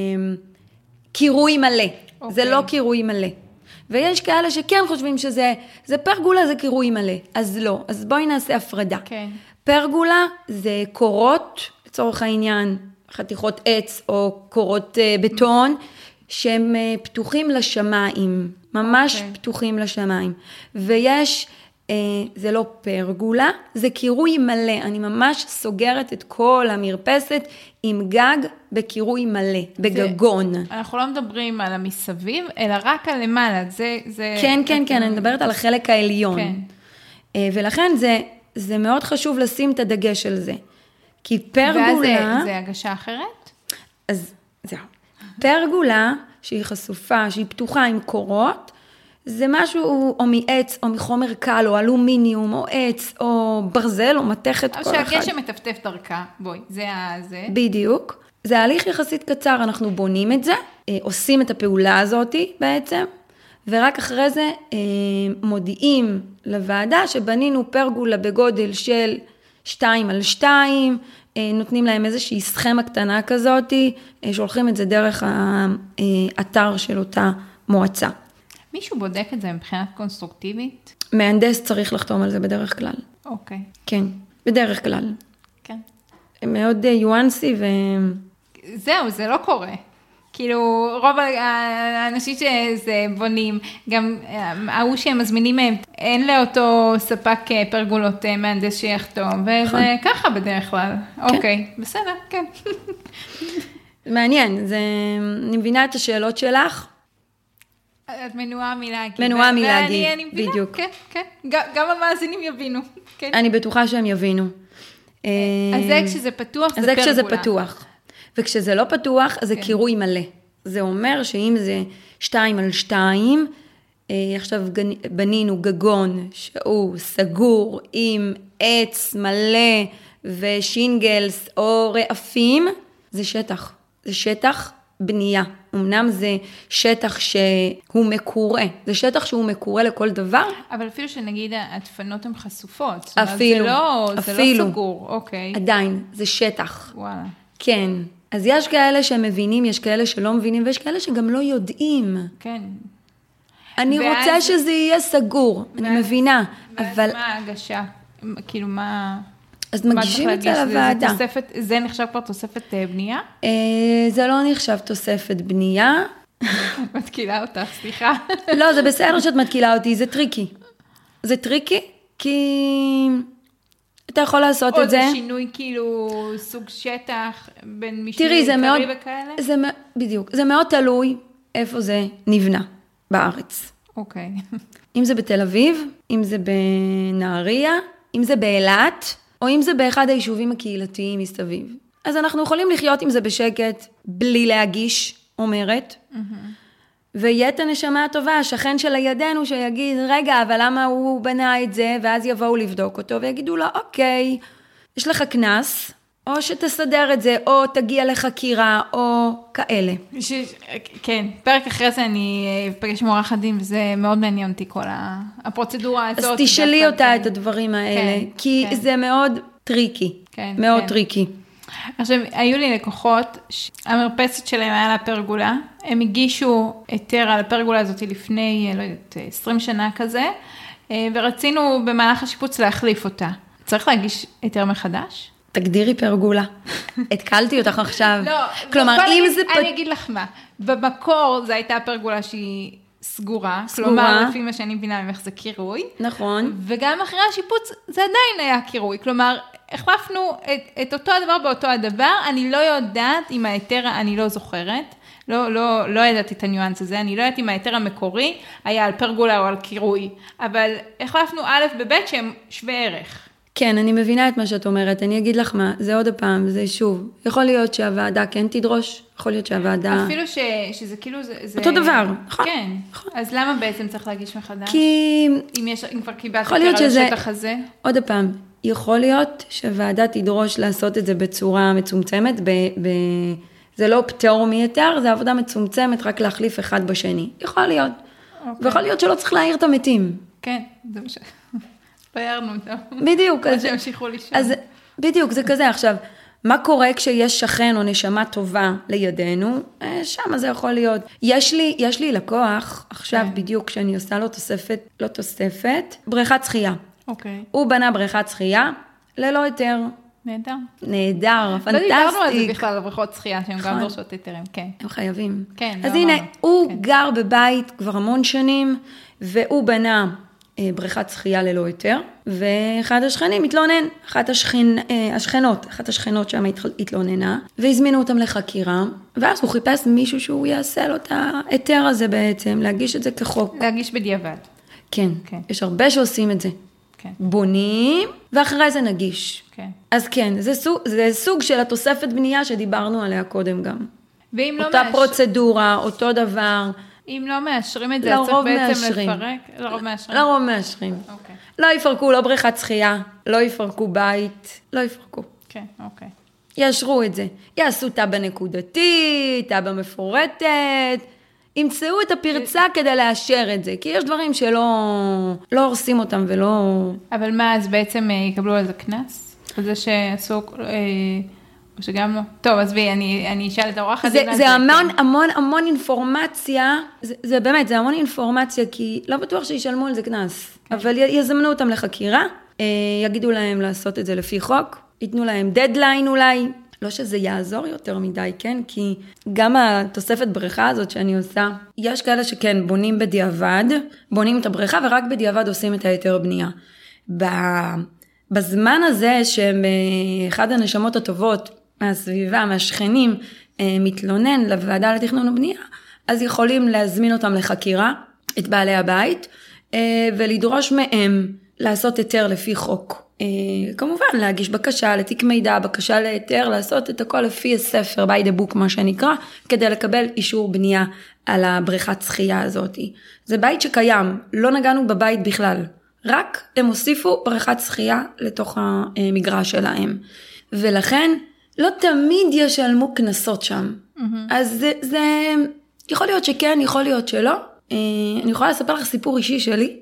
קירוי מלא. זה לא קירוי מלא. ויש כאלה שכן חושבים שזה פרגולה, זה קירוי מלא. אז לא. אז בואי נעשה הפרדה.
כן.
פרגולה זה קורות, לצורך העניין, חתיכות עץ או קורות בטון, שהם פתוחים לשמיים, ממש פתוחים לשמיים. ויש, זה לא פרגולה, זה קירוי מלא. אני ממש סוגרת את כל המרפסת עם גג בקירוי מלא, בגגון.
אנחנו לא מדברים על המסביב, אלא רק על למעלה.
כן, כן, כן, אני מדברת על החלק העליון. כן. ולכן זה מאוד חשוב לשים את הדגש על זה. כי פרגולה...
ואז זה הגשה אחרת?
אז זהו. פרגולה שהיא חשופה, שהיא פתוחה עם קורות, זה משהו או מעץ, או מחומר קל, או אלומיניום, או עץ, או ברזל, או מתכת, כל אחד.
אבל שהגשם מטפטף דרכה, בואי, זה.
בדיוק. זה הליך יחסית קצר, אנחנו בונים את זה, עושים את הפעולה הזאת בעצם, ורק אחרי זה מודיעים לוועדה שבנינו פרגולה בגודל של 2x2, נותנים להם איזושהי סכמה קטנה כזאת, שולחים את זה דרך האתר של אותה מועצה.
מישהו בודק את זה מבחינת קונסטרוקטיבית?
מהנדס צריך לחתום על זה בדרך כלל.
אוקיי.
כן, בדרך כלל.
כן.
מאוד יואנסי
זהו, זה לא קורה. כאילו, רוב האנשים שזה בונים, גם ההוא שהם מזמינים מהם, אין לאותו ספק פרגולות מהנדס שיחתום, וזה ככה בדרך כלל. אוקיי, בסדר, כן.
מעניין, אני מבינה את השאלות שלך.
את מנועה מלהגיד.
מנועה מלהגיד,
ואני מבינה,
בדיוק.
כן, כן. גם המאזינים יבינו.
אני בטוחה שהם יבינו.
אז זה כשזה פתוח, זה פרגולה.
אז זה כשזה פתוח. וכשזה לא פתוח, אז זה קירוי מלא. זה אומר שאם זה 2x2, עכשיו בנינו גגון שהוא סגור עם עץ מלא ושינגלס או רעפים, זה שטח. זה שטח בנייה. אמנם זה שטח שהוא מקורה. זה שטח שהוא מקורה לכל דבר.
אבל אפילו שנגיד הדפנות הן חשופות.
אפילו.
זה לא סגור, אוקיי.
עדיין, זה שטח.
וואלה.
כן. אז יש כאלה שמבינים, יש כאלה שלא מבינים, ויש כאלה שגם לא יודעים.
כן.
אני רוצה שזה יהיה סגור, אני מבינה.
אבל מה ההגשה? כאילו מה...
אז מגישים את זה לוועדה.
זה נחשב כבר תוספת בנייה?
זה לא נחשב תוספת בנייה.
מתקילה אותך, סליחה.
לא, זה בסדר שאת מתקילה אותי, זה טריקי. זה טריקי, כי... אתה יכול לעשות את זה.
או זה שינוי כאילו סוג שטח בין משני עיקרי וכאלה?
בדיוק. זה מאוד תלוי איפה זה נבנה בארץ.
אוקיי.
אם זה בתל אביב, אם זה בנהריה, אם זה באילת, או אם זה באחד היישובים הקהילתיים מסביב. אז אנחנו יכולים לחיות עם זה בשקט, בלי להגיש, אומרת. ויהיה את הנשמה הטובה, השכן של הידינו שיגיד, רגע, אבל למה הוא בנה את זה? ואז יבואו לבדוק אותו ויגידו לו, אוקיי, יש לך כנס, או שתסדר את זה, או תגיע לחקירה, או כאלה.
כן, פרק אחרי זה אני אפגש עם עורך הדין, וזה מאוד מעניין אותי כל הפרוצדורה הזאת.
אז תשאלי אותה את הדברים האלה, כי זה מאוד טריקי, מאוד טריקי.
עכשיו, היו לי לקוחות, המרפסת שלהם היה לה פרגולה, הם הגישו היתר על הפרגולה הזאת לפני, לא יודעת, 20 שנה כזה, ורצינו במהלך השיפוץ להחליף אותה. צריך להגיש היתר מחדש?
תגדירי פרגולה. התקלתי אותך עכשיו.
לא,
כלומר, אם זה...
אני אגיד לך מה, במקור זו הייתה פרגולה שהיא סגורה, כלומר, לפי מה שאני מבינה ממך זה קירוי.
נכון.
וגם אחרי השיפוץ זה עדיין היה קירוי, כלומר, החלפנו את אותו הדבר באותו הדבר, אני לא יודעת אם ההיתר, אני לא זוכרת, לא ידעתי את הניואנס הזה, אני לא יודעת אם ההיתר המקורי היה על פרגולה או על קירוי, אבל החלפנו א' בב' שהם שווה ערך.
כן, אני מבינה את מה שאת אומרת, אני אגיד לך מה, זה עוד הפעם, זה שוב, יכול להיות שהוועדה כן תדרוש, יכול להיות שהוועדה...
אפילו שזה כאילו זה...
אותו דבר, נכון.
כן, אז למה בעצם צריך להגיש מחדש?
כי...
אם כבר קיבלת יותר על השטח הזה?
עוד הפעם, יכול להיות שהוועדה תדרוש לעשות את זה בצורה מצומצמת, זה לא פטור מיתר, זה עבודה מצומצמת, רק להחליף אחד בשני. יכול להיות. ויכול להיות שלא צריך להעיר את המתים.
כן, זה מה ש... פיירנו אותם.
בדיוק.
מה שהמשיכו לישון.
אז בדיוק, זה כזה. עכשיו, מה קורה כשיש שכן או נשמה טובה לידינו? שם זה יכול להיות. יש לי לקוח, עכשיו בדיוק כשאני עושה לו תוספת, לא תוספת, בריכת שחייה.
אוקיי.
הוא בנה בריכת שחייה ללא היתר. נהדר, פנטסטי.
לא דיברנו על זה בכלל, בריכות שחייה, שהם גם דורשות היתרים, כן.
הם חייבים.
כן.
אז הנה, הוא גר בבית כבר המון שנים, והוא בנה בריכת שחייה ללא היתר, ואחד השכנים התלונן, אחת השכנות שם התלוננה, והזמינו אותם לחקירה, ואז הוא חיפש מישהו שהוא יעשה לו את ההיתר הזה בעצם, להגיש את זה כחוק.
להגיש בדיעבד.
כן, יש הרבה שעושים את זה. בונים, ואחרי זה נגיש.
כן.
אז כן, זה סוג של התוספת בנייה שדיברנו עליה קודם גם.
ואם לא
אותה פרוצדורה, אותו דבר.
אם לא מאשרים את זה, אז צריך בעצם לפרק? לרוב מאשרים.
לרוב מאשרים.
אוקיי.
לא יפרקו, לא בריכת שחייה, לא יפרקו בית, לא יפרקו.
כן, אוקיי.
יאשרו את זה. יעשו תב"ע נקודתית, תב"ע מפורטת, ימצאו את הפרצה כדי לאשר את זה, כי יש דברים שלא הורסים אותם ולא...
אבל מה, אז בעצם יקבלו על זה כנס? על זה שעשו... או שגם לא. טוב, אז אני אשאל את האורחת.
זה המון אינפורמציה, זה באמת, זה המון אינפורמציה, כי לא בטוח שישלמו על זה כנס, אבל יזמנו אותם לחקירה, יגידו להם לעשות את זה לפי חוק, ייתנו להם דדליין אולי, לא שזה יעזור יותר מדי, כן? כי גם התוספת בריכה הזאת שאני עושה, יש כאלה שכן, בונים בדיעבד, בונים את הבריכה ורק בדיעבד עושים את היתר בנייה. בזמן הזה שאחד הנשמות הטובות מהסביבה, מהשכנים, מתלונן לוועדה לתכנון ובנייה, אז יכולים להזמין אותם לחקירה, את בעלי הבית, ולדרוש מהם לעשות היתר לפי חוק. כמובן, להגיש בקשה לתיק מידע, בקשה להיתר, לעשות את הכל לפי הספר, by the book מה שנקרא, כדי לקבל אישור בנייה על הבריכת שחייה הזאת. זה בית שקיים, לא נגענו בבית בכלל. רק הם הוסיפו בריכת שחייה לתוך המגרש שלהם. ולכן לא תמיד ישלמו כנסות שם. אז זה יכול להיות שכן, יכול להיות שלא. אני יכולה לספר לך סיפור אישי שלי,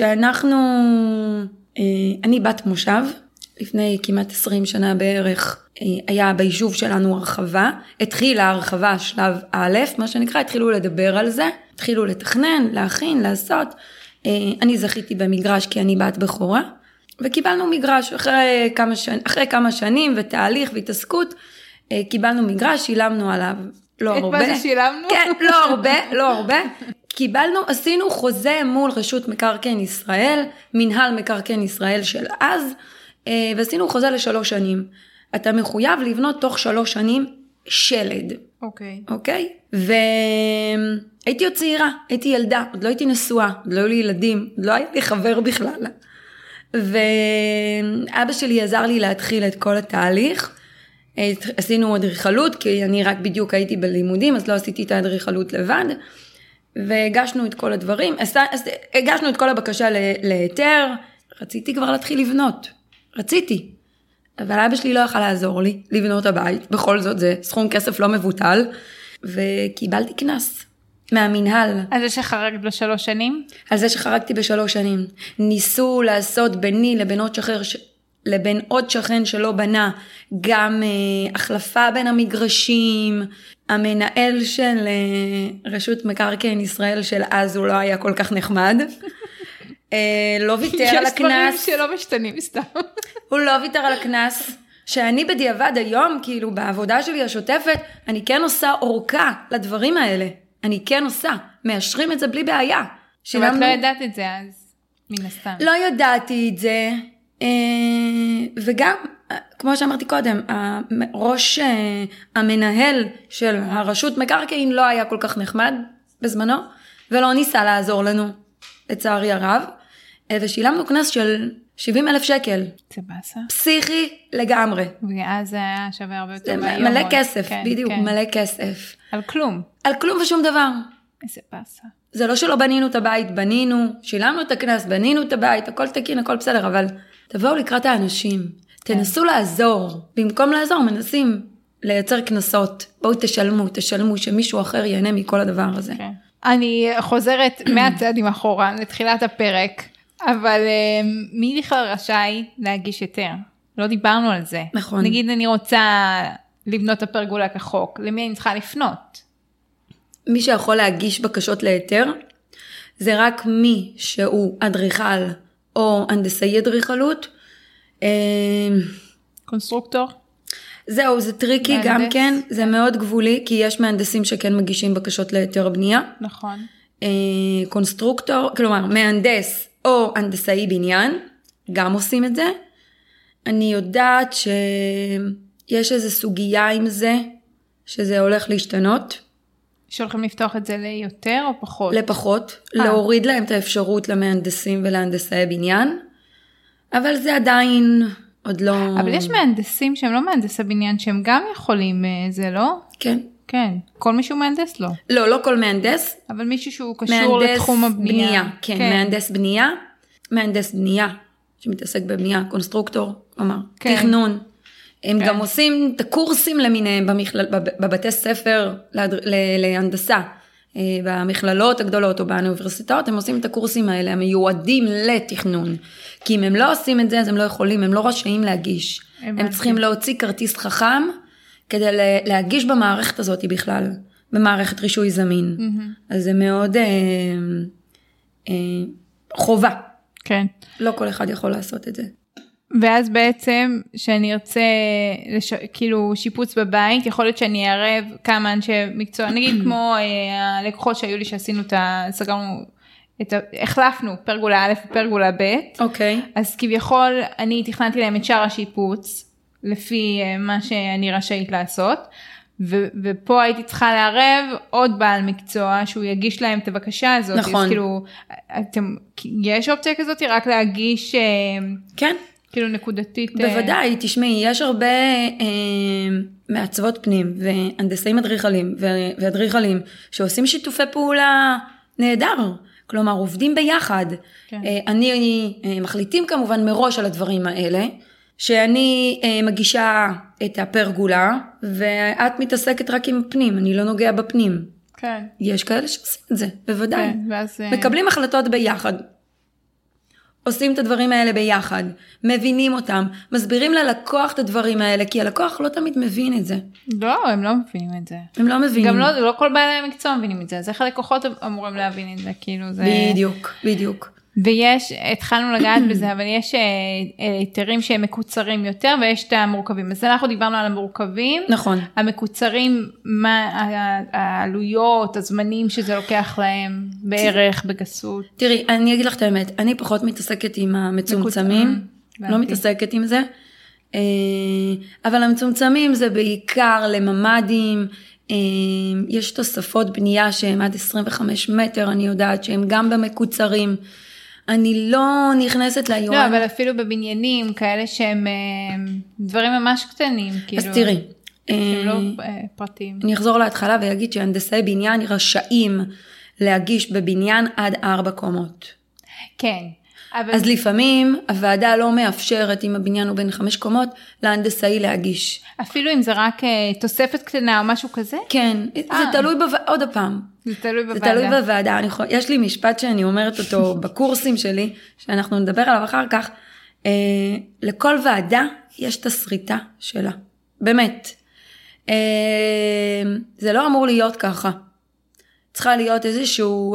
אני בת מושב, לפני כמעט 20 שנה בערך, היה ביישוב שלנו הרחבה, התחילה הרחבה שלב א', מה שנקרא, התחילו לדבר על זה, התחילו לתכנן, להכין, לעשות, אני זכיתי במגרש כי אני בת בכורה, וקיבלנו מגרש אחרי כמה שנים ותהליך והתעסקות, קיבלנו מגרש, שילמנו עליו לא הרבה.
את מה ששילמנו?
כן, לא הרבה. קיבלנו, עשינו חוזה מול רשות מקרקעין ישראל, מנהל מקרקעין ישראל של אז, ועשינו חוזה ל3 שנים. אתה מחויב לבנות תוך 3 שנים שלד. אוקיי? והייתי עוד צעירה, הייתי ילדה, עוד לא הייתי נשואה, עוד לא היו לי ילדים, עוד לא היה לי חבר בכלל. ואבא שלי עזר לי להתחיל את כל התהליך, עשינו אדריכלות, כי אני רק בדיוק הייתי בלימודים, אז לא עשיתי את האדריכלות לבד, והגשנו את כל הדברים, הגשנו את כל הבקשה להיתר, רציתי כבר להתחיל לבנות, רציתי, אבל אבא שלי לא יכל לעזור לי לבנות הבית, בכל זאת זה סכום כסף לא מבוטל, וקיבלתי כנס מהמנהל.
על זה שחרגת ב3 שנים?
על זה שחרגתי ב3 שנים. ניסו לעשות ביני לבין עוד שכן שלא בנה, גם החלפה בין המגרשים, המנהל של רשות מקרקעין ישראל של אז הוא לא היה כל כך נחמד, לא ויתר על הכנס. יש דברים
שלא משתנים סתם.
הוא לא ויתר על הכנס, שאני בדיעבד היום, כאילו בעבודה שלי השוטפת, אני כן עושה אורכה לדברים האלה. אני כן עושה, מאשרים את זה בלי בעיה.
אבל את לא ידעת את זה אז, מן הסתם.
לא ידעתי את זה, וגם, כמו שאמרתי קודם, ראש המנהל של הרשות מקרקעין לא היה כל כך נחמד בזמנו, ולא ניסה לעזור לנו, לצערי הרב, ושילמנו קנס של 70,000 שקל.
זה באסה.
פסיכי לגמרי.
ואז זה היה שווה הרבה יותר מהיום.
מלא כסף,
כן,
בדיוק,
כן.
מלא כסף.
על כלום.
על כלום ושום דבר.
איזה באסה.
זה לא שלא בנינו את הבית, בנינו, שילמנו את הקנס, בנינו את הבית, הכל תקין, הכל בסדר, אבל תבואו לקראת האנשים, תנסו לעזור, במקום לעזור מנסים לייצר קנסות, בואו תשלמו, שמישהו אחר ייהנה מכל הדבר הזה.
כן. אני חוזרת מהצעדים אחורה לתחילת הפרק, אבל מי בכלל רשאי להגיש היתר? לא דיברנו על זה.
נכון.
נגיד אני רוצה לבנות את הפרגולה כחוק, למי אני צריכה לפנות?
מי שיכול להגיש בקשות להיתר, זה רק מי שהוא אדריכל או הנדסאי אדריכלות.
קונסטרוקטור?
זהו, זה טריקי
מהנדס.
גם כן, זה מאוד גבולי, כי יש מהנדסים שכן מגישים בקשות להיתר בנייה.
נכון.
קונסטרוקטור, כלומר מהנדס או הנדסאי בניין, גם עושים את זה. אני יודעת שיש איזו סוגיה עם זה, שזה הולך להשתנות.
שהולכים לפתוח את זה ליותר או פחות?
לפחות, להוריד להם את האפשרות למהנדסים ולהנדסאי בניין, אבל זה עדיין עוד לא...
אבל יש מהנדסים שהם לא מהנדסי בניין, שהם גם יכולים, זה לא?
כן.
כן. כל מישהו מהנדס לא.
לא כל מהנדס.
אבל מישהו שהוא קשור לתחום הבנייה.
כן, מהנדס בנייה, שמתעסק בבנייה, קונסטרוקטור, כלומר, תכנון. הם גם עושים את הקורסים למיניהם בבתי ספר להנדסה, במכללות הגדולות או באוניברסיטאות, הם עושים את הקורסים האלה, הם מיועדים לתכנון. כי אם הם לא עושים את זה, אז הם לא יכולים, הם לא רשאים להגיש. הם צריכים להוציא כרטיס חכם, כדי להגיש במערכת הזאת בכלל, במערכת רישוי זמין. אז זה מאוד חובה. כן. לא כל אחד יכול לעשות את זה.
ואז בעצם, שאני ארצה, כאילו, שיפוץ בבית, יכול להיות שאני אערב כמה אנשי מקצוע, נגיד כמו הלקוחות שהיו לי שעשינו סגרנו, החלפנו פרגולה א' ופרגולה ב'.
אוקיי.
אז כביכול, אני תכננתי להם את שאר השיפוץ, לפי מה שאני רשאית לעשות, ופה הייתי צריכה לערב עוד בעל מקצוע, שהוא יגיש להם את הבקשה הזאת.
נכון.
אז כאילו, יש אופציה כזאת, רק להגיש...
כן.
כאילו נקודתית.
בוודאי, תשמעי, יש הרבה מעצבות פנים והנדסאים אדריכלים ואדריכלים שעושים שיתופי פעולה נהדר, כלומר עובדים ביחד. כן. אני מחליטים כמובן מראש על הדברים האלה, שאני מגישה את הפרגולה ואת מתעסקת רק עם פנים, אני לא נוגע בפנים.
כן.
יש כאלה שעושים את זה, בוודאי.
כן, ואז...
מקבלים החלטות ביחד. עושים את הדברים האלה ביחד, מבינים אותם, מסבירים ללקוח את הדברים האלה, כי הלקוח לא תמיד מבין את זה.
לא, הם לא מבינים את זה.
הם לא מבינים.
גם לא כל בעלי המקצוע מבינים את זה, אז איך הלקוחות אמורים להבין את זה, כאילו זה...
בדיוק.
ויש, התחלנו לגעת בזה, אבל יש היתרים שהם מקוצרים יותר, ויש את המורכבים. אז אנחנו דיברנו על המורכבים.
נכון.
המקוצרים, מה העלויות, הזמנים שזה לוקח להם, בערך, בגסות.
תראי, אני אגיד לך את האמת, אני פחות מתעסקת עם המצומצמים, לא מתעסקת עם זה, אבל המצומצמים זה בעיקר לממדים, יש תוספות בנייה שהם עד 25 מטר, אני יודעת שהם גם במקוצרים, אני לא נכנסת ליום.
לא, אבל אפילו בבניינים, כאלה שהם דברים ממש קטנים.
אז תראי.
הם לא פרטיים.
אני אחזור להתחלה ויגיד שהנדסי בניין רשאים להגיש בבניין עד 4 קומות.
כן.
אז לפעמים הוועדה לא מאפשרת, אם הבניין הוא בין 5 קומות, להנדסאי להגיש.
אפילו אם זה רק תוספת קטנה או משהו כזה?
כן, זה תלוי עוד הפעם.
זה תלוי בוועדה.
זה תלוי בוועדה. יש לי משפט שאני אומרת אותו בקורסים שלי, שאנחנו נדבר עליו אחר כך. לכל ועדה יש תסריטה שלה. באמת. זה לא אמור להיות ככה. צריכה להיות איזשהו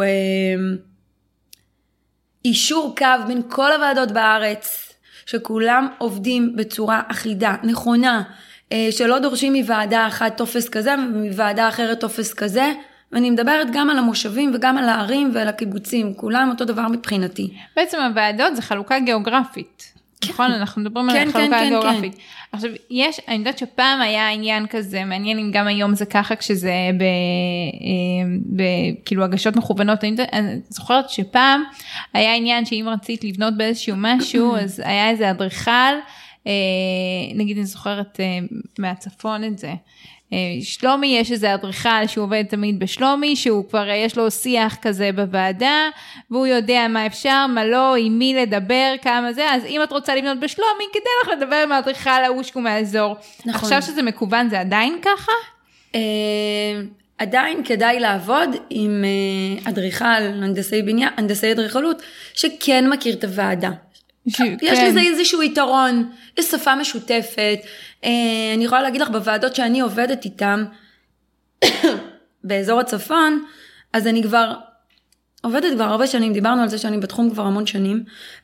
אישור קו בין כל הוועדות בארץ, שכולם עובדים בצורה אחידה, נכונה, שלא דורשים מוועדה אחת טופס כזה, ומוועדה אחרת טופס כזה, ואני מדברת גם על המושבים וגם על הערים ועל הקיבוצים, כולם אותו דבר מבחינתי.
בעצם הוועדות זה חלוקה גיאוגרפית. נכון, אנחנו מדברים על חלוקה גיאוגרפית. עכשיו, אני יודעת שפעם היה עניין כזה, מעניין אם גם היום זה ככה, כשזה כאילו הגשות מכוונות, אני זוכרת שפעם היה עניין שאם רצית לבנות באיזשהו משהו, אז היה איזה אדריכל, נגיד אני זוכרת מהצפון את זה, שלומי יש איזה אדריכל שהוא עובד תמיד בשלומי, שהוא כבר יש לו שיח כזה בוועדה, והוא יודע מה אפשר, מה לא, עם מי לדבר, כמה זה, אז אם את רוצה לבנות בשלומי, כדאי לך לדבר עם האדריכל האושקו מהאזור. נכון. עכשיו שזה מקוון, זה עדיין ככה?
עדיין כדאי לעבוד עם אדריכל, הנדסי אדריכלות, שכן מכיר את הוועדה. יש לזה איזשהו יתרון, יש שפה משותפת, אני יכולה להגיד לך בוועדות שאני עובדת איתם, באזור הצפון, אז אני כבר עובדת כבר הרבה שנים, דיברנו על זה שאני בתחום כבר המון שנים,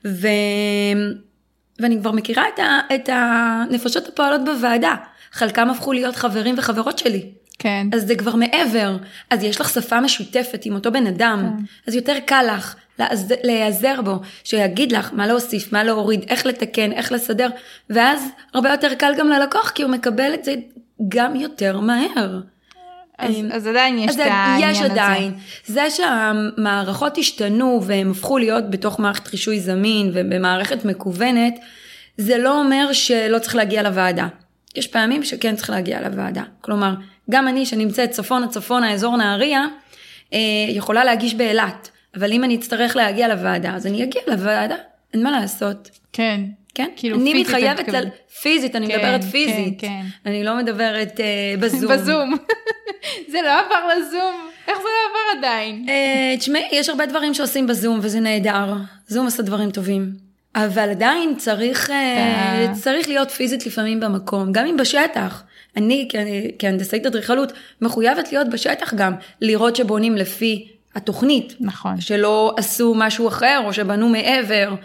ואני כבר מכירה את הנפשות הפועלות בוועדה, חלקם הפכו להיות חברים וחברות שלי.
כן.
אז זה כבר מעבר, אז יש לך שפה משותפת עם אותו בן אדם, כן. אז יותר קל לך להיעזר בו, שיגיד לך מה להוסיף, מה להוריד, איך לתקן, איך לסדר, ואז הרבה יותר קל גם ללקוח, כי הוא מקבל את זה גם יותר מהר.
אז עדיין יש את העניין הזה. יש עדיין.
זה שהמערכות השתנו, והם הפכו להיות בתוך מערכת רישוי זמין, ובמערכת מקוונת, זה לא אומר שלא צריך להגיע לוועדה. יש פעמים שכן צריך להגיע לוועדה. כלומר, גם אני שנמצאת צפון, האזור נהריה, יכולה להגיש באילת. אבל אם אני אצטרך להגיע לוועדה, אז אני אגיע לוועדה. אין מה לעשות.
כן.
כן?
כאילו
אני מתחייבת פיזית, אני מדברת פיזית.
כן.
אני לא מדברת בזום.
בזום. זה לא עבר לזום. איך זה לא עבר עדיין?
תשמעי, יש הרבה דברים שעושים בזום, וזה נהדר. זום עושה דברים טובים. אבל עדיין צריך להיות פיזית לפעמים במקום, גם אם בשטח. אני כהנדסאית אדריכלות מחויבת להיות בשטח גם, לראות שבונים לפי התוכנית.
נכון.
שלא עשו משהו אחר, או שבנו מעבר.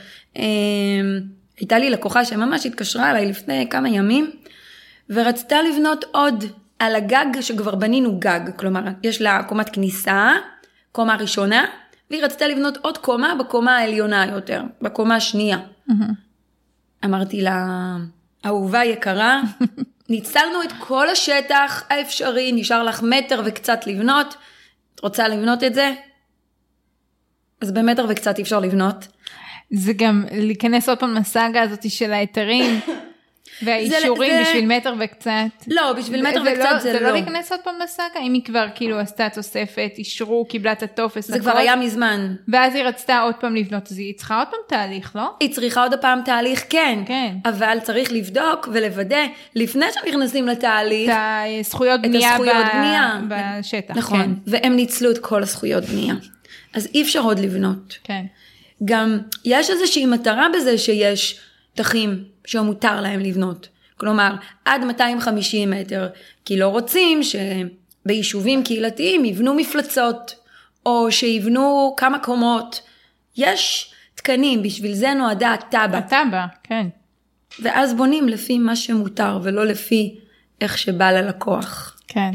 הייתה לי לקוחה שממש התקשרה אליי לפני כמה ימים, ורצתה לבנות עוד על הגג שכבר בנינו גג. כלומר, יש לה קומת כניסה, קומה ראשונה, והיא רצתה לבנות עוד קומה בקומה העליונה יותר, בקומה השנייה. אמרתי לה, אהובה יקרה, ניצלנו את כל השטח האפשרי, נשאר לך מטר וקצת לבנות, את רוצה לבנות את זה? אז במטר וקצת אי אפשר לבנות.
זה גם להיכנס עוד פעם לסאגה הזאת של היתרים, והאישורים בשביל מטר וקצת.
לא, בשביל מטר וקצת זה לא.
זה לא להיכנס עוד פעם לסאגה, אם היא כבר כאילו עשתה תוספת, אישרו, קיבלה את הטופס.
זה כבר היה מזמן.
ואז היא רצתה עוד פעם לבנות, אז היא צריכה עוד פעם תהליך, לא?
היא צריכה עוד פעם תהליך, כן.
כן.
אבל צריך לבדוק ולוודא, לפני שנכנסים לתהליך,
את הזכויות בנייה בשטח.
נכון, והם ניצלו את כל הזכויות בנייה. אז אי אפשר עוד לבנות.
כן.
גם יש איזושהי מטרה בזה שיש תחים שמותר להם לבנות. כלומר, עד 250 מטר, כי לא רוצים שביישובים קהילתיים יבנו מפלצות, או שיבנו כמה קומות. יש תקנים, בשביל זה נועדה הטאבה.
הטאבה, כן.
ואז בונים לפי מה שמותר, ולא לפי איך שבא ללקוח.
כן.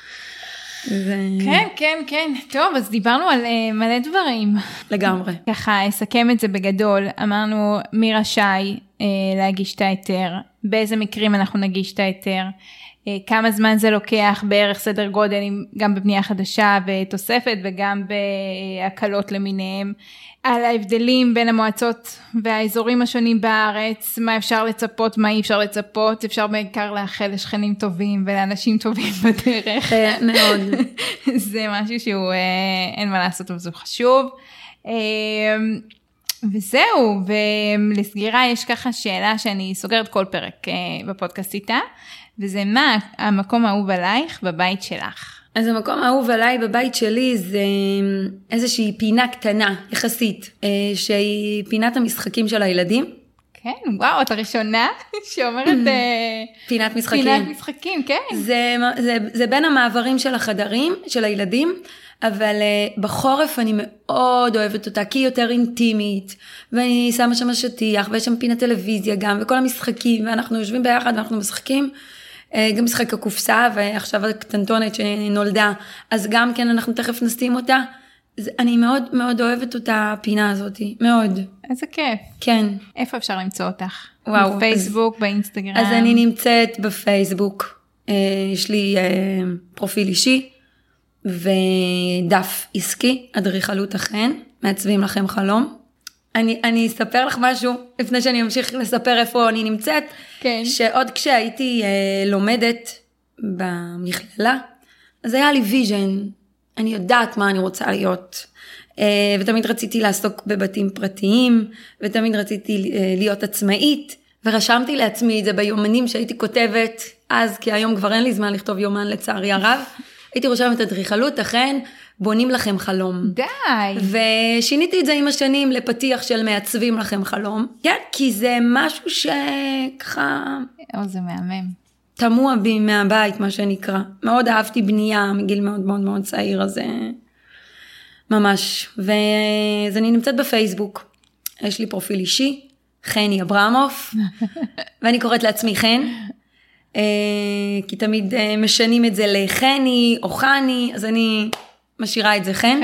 כן. טוב, אז דיברנו על מלא דברים.
לגמרי.
ככה, אסכם את זה בגדול. אמרנו מי רשאי להגיש את ההיתר, באיזה מקרים אנחנו נגיש את ההיתר, כמה זמן זה לוקח, בערך סדר גודל, גם בבנייה חדשה ותוספת, וגם בהקלות למיניהם, על ההבדלים בין המועצות והאזורים השונים בארץ, מה אפשר לצפות, מה אי אפשר לצפות, אפשר בעיקר לאחל לשכנים טובים ולאנשים טובים בדרך.
מאוד.
זה משהו שהוא, אין מה לעשות, אבל זה חשוב. וזהו, ולסגירה יש ככה שאלה שאני סוגרת כל פרק בפודקאסט איתה, וזה מה המקום האהוב עלייך בבית שלך?
אז המקום האהוב עליי בבית שלי זה איזושהי פינה קטנה, יחסית, שהיא פינת המשחקים של הילדים.
כן, וואו, את הראשונה שאומרת
פינת משחקים.
פינת משחקים, כן.
זה בין המעברים של החדרים, של הילדים, אבל בחורף אני מאוד אוהבת אותה, כי היא יותר אינטימית, ואני שמה שם שטיח, ויש שם פינת טלוויזיה גם, וכל המשחקים, ואנחנו יושבים ביחד ואנחנו משחקים. גם משחק הקופסה, ועכשיו הקטנטונת שנולדה, אז גם כן אנחנו תכף נשים אותה. אני מאוד מאוד אוהבת אותה, הפינה הזאת, מאוד.
איזה כיף.
כן.
איפה אפשר למצוא אותך?
וואו.
בפייסבוק, באינסטגרם?
אז אני נמצאת בפייסבוק, יש לי פרופיל אישי, ודף עסקי, אדריכלות החן, מעצבים לכם חלום. אני אספר לך משהו, לפני שאני אמשיך לספר איפה אני נמצאת,
כן.
שעוד כשהייתי לומדת במכללה, אז היה לי ויז'ן, אני יודעת מה אני רוצה להיות, ותמיד רציתי לעסוק בבתים פרטיים, ותמיד רציתי להיות עצמאית, ורשמתי לעצמי את זה ביומנים שהייתי כותבת אז, כי היום כבר אין לי זמן לכתוב יומן לצערי הרב, הייתי רושמת אדריכלות, אכן, בונים לכם חלום.
די.
ושיניתי את זה עם השנים לפתיח של מעצבים לכם חלום. כן, כי זה משהו שככה...
זה מהמם.
תמוה בי מהבית, מה שנקרא. מאוד אהבתי בנייה מגיל מאוד מאוד מאוד צעיר, אז ממש. אז אני נמצאת בפייסבוק. יש לי פרופיל אישי, חני אברמוף, ואני קוראת לעצמי חן. כי תמיד משנים את זה לחני או חני, אז אני משאירה את זה חן.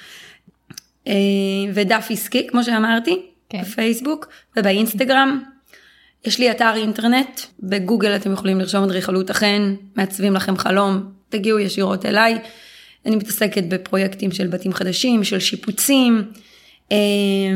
ודף עסקי, כמו שאמרתי, בפייסבוק ובאינסטגרם. יש לי אתר אינטרנט, בגוגל אתם יכולים לרשום אדריכלות החן, מעצבים לכם חלום, תגיעו ישירות אליי. אני מתעסקת בפרויקטים של בתים חדשים, של שיפוצים. אני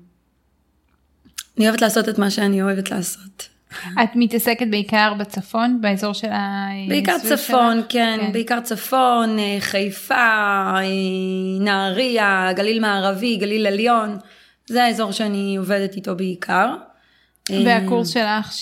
אוהבת לעשות את מה שאני אוהבת לעשות.
את מתעסקת בעיקר בצפון, באזור של
בעיקר צפון, כן, בעיקר צפון, חיפה, נהריה, גליל מערבי, גליל עליון, זה האזור שאני עובדת איתו בעיקר.
והקורס שלך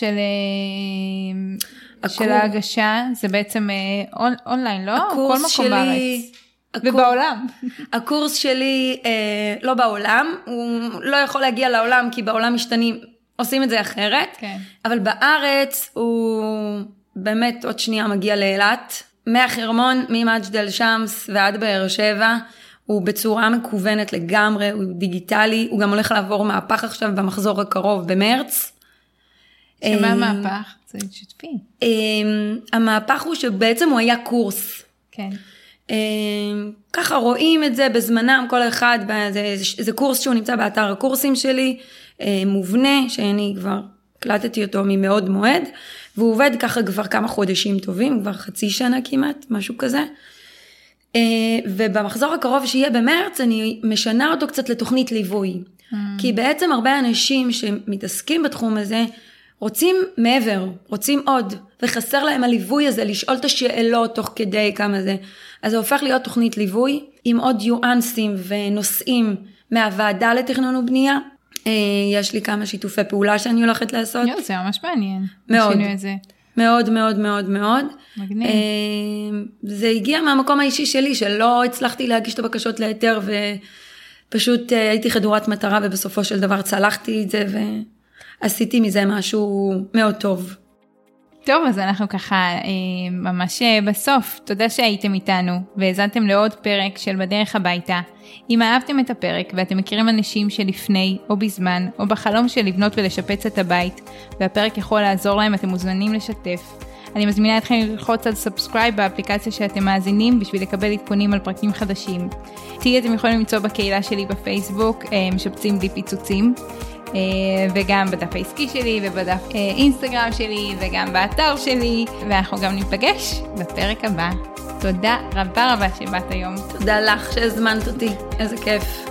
של ההגשה, זה בעצם אונליין, לא? כל מקום בארץ. ובעולם.
הקורס שלי לא בעולם, הוא לא יכול להגיע לעולם, כי בעולם משתנים, עושים את זה אחרת, כן. אבל בארץ הוא באמת עוד שנייה מגיע לאילת, מהחרמון, ממג'דל שמס ועד באר שבע, הוא בצורה מקוונת לגמרי, הוא דיגיטלי, הוא גם הולך לעבור מהפך עכשיו במחזור הקרוב במרץ.
שמה המהפך? זה שתפי.
המהפך הוא שבעצם הוא היה קורס.
כן.
ככה רואים את זה בזמנם, כל אחד, זה קורס שהוא נמצא באתר הקורסים שלי, מובנה, שאני כבר הקלטתי אותו ממאוד מועד, והוא עובד ככה כבר כמה חודשים טובים, כבר חצי שנה כמעט, משהו כזה. ובמחזור הקרוב שיהיה במרץ, אני משנה אותו קצת לתוכנית ליווי. כי בעצם הרבה אנשים שמתעסקים בתחום הזה, רוצים מעבר, רוצים עוד, וחסר להם הליווי הזה, לשאול את השאלות תוך כדי כמה זה. אז זה הופך להיות תוכנית ליווי, עם עוד יואנסים ונושאים מהוועדה לתכנון ובנייה. יש לי כמה שיתופי פעולה שאני הולכת לעשות.
זה ממש מעניין.
מאוד. מאוד מאוד מאוד מאוד.
מגניב.
זה הגיע מהמקום האישי שלי, שלא הצלחתי להגיש את הבקשות להיתר, ופשוט הייתי חדורת מטרה, ובסופו של דבר צלחתי את זה, ועשיתי מזה משהו מאוד טוב.
טוב, אז אנחנו ככה ממש בסוף. תודה שהייתם איתנו, והזנתם לעוד פרק של בדרך הביתה. אם אהבתם את הפרק, ואתם מכירים אנשים שלפני, או בזמן, או בחלום של לבנות ולשפץ את הבית, והפרק יכול לעזור להם, אתם מוזמנים לשתף. אני מזמינה אתכם ללחוץ על סאבסקרייב באפליקציה שאתם מאזינים, בשביל לקבל עדכונים על פרקים חדשים. אותי אתם יכולים למצוא בקהילה שלי בפייסבוק, משפצים בלי פיצוצים. וגם בדף העסקי שלי ובדף אינסטגרם שלי וגם באתר שלי, ואנחנו גם ניפגש בפרק הבא. תודה רבה רבה שבאת היום.
תודה לך שהזמנת אותי, איזה כיף.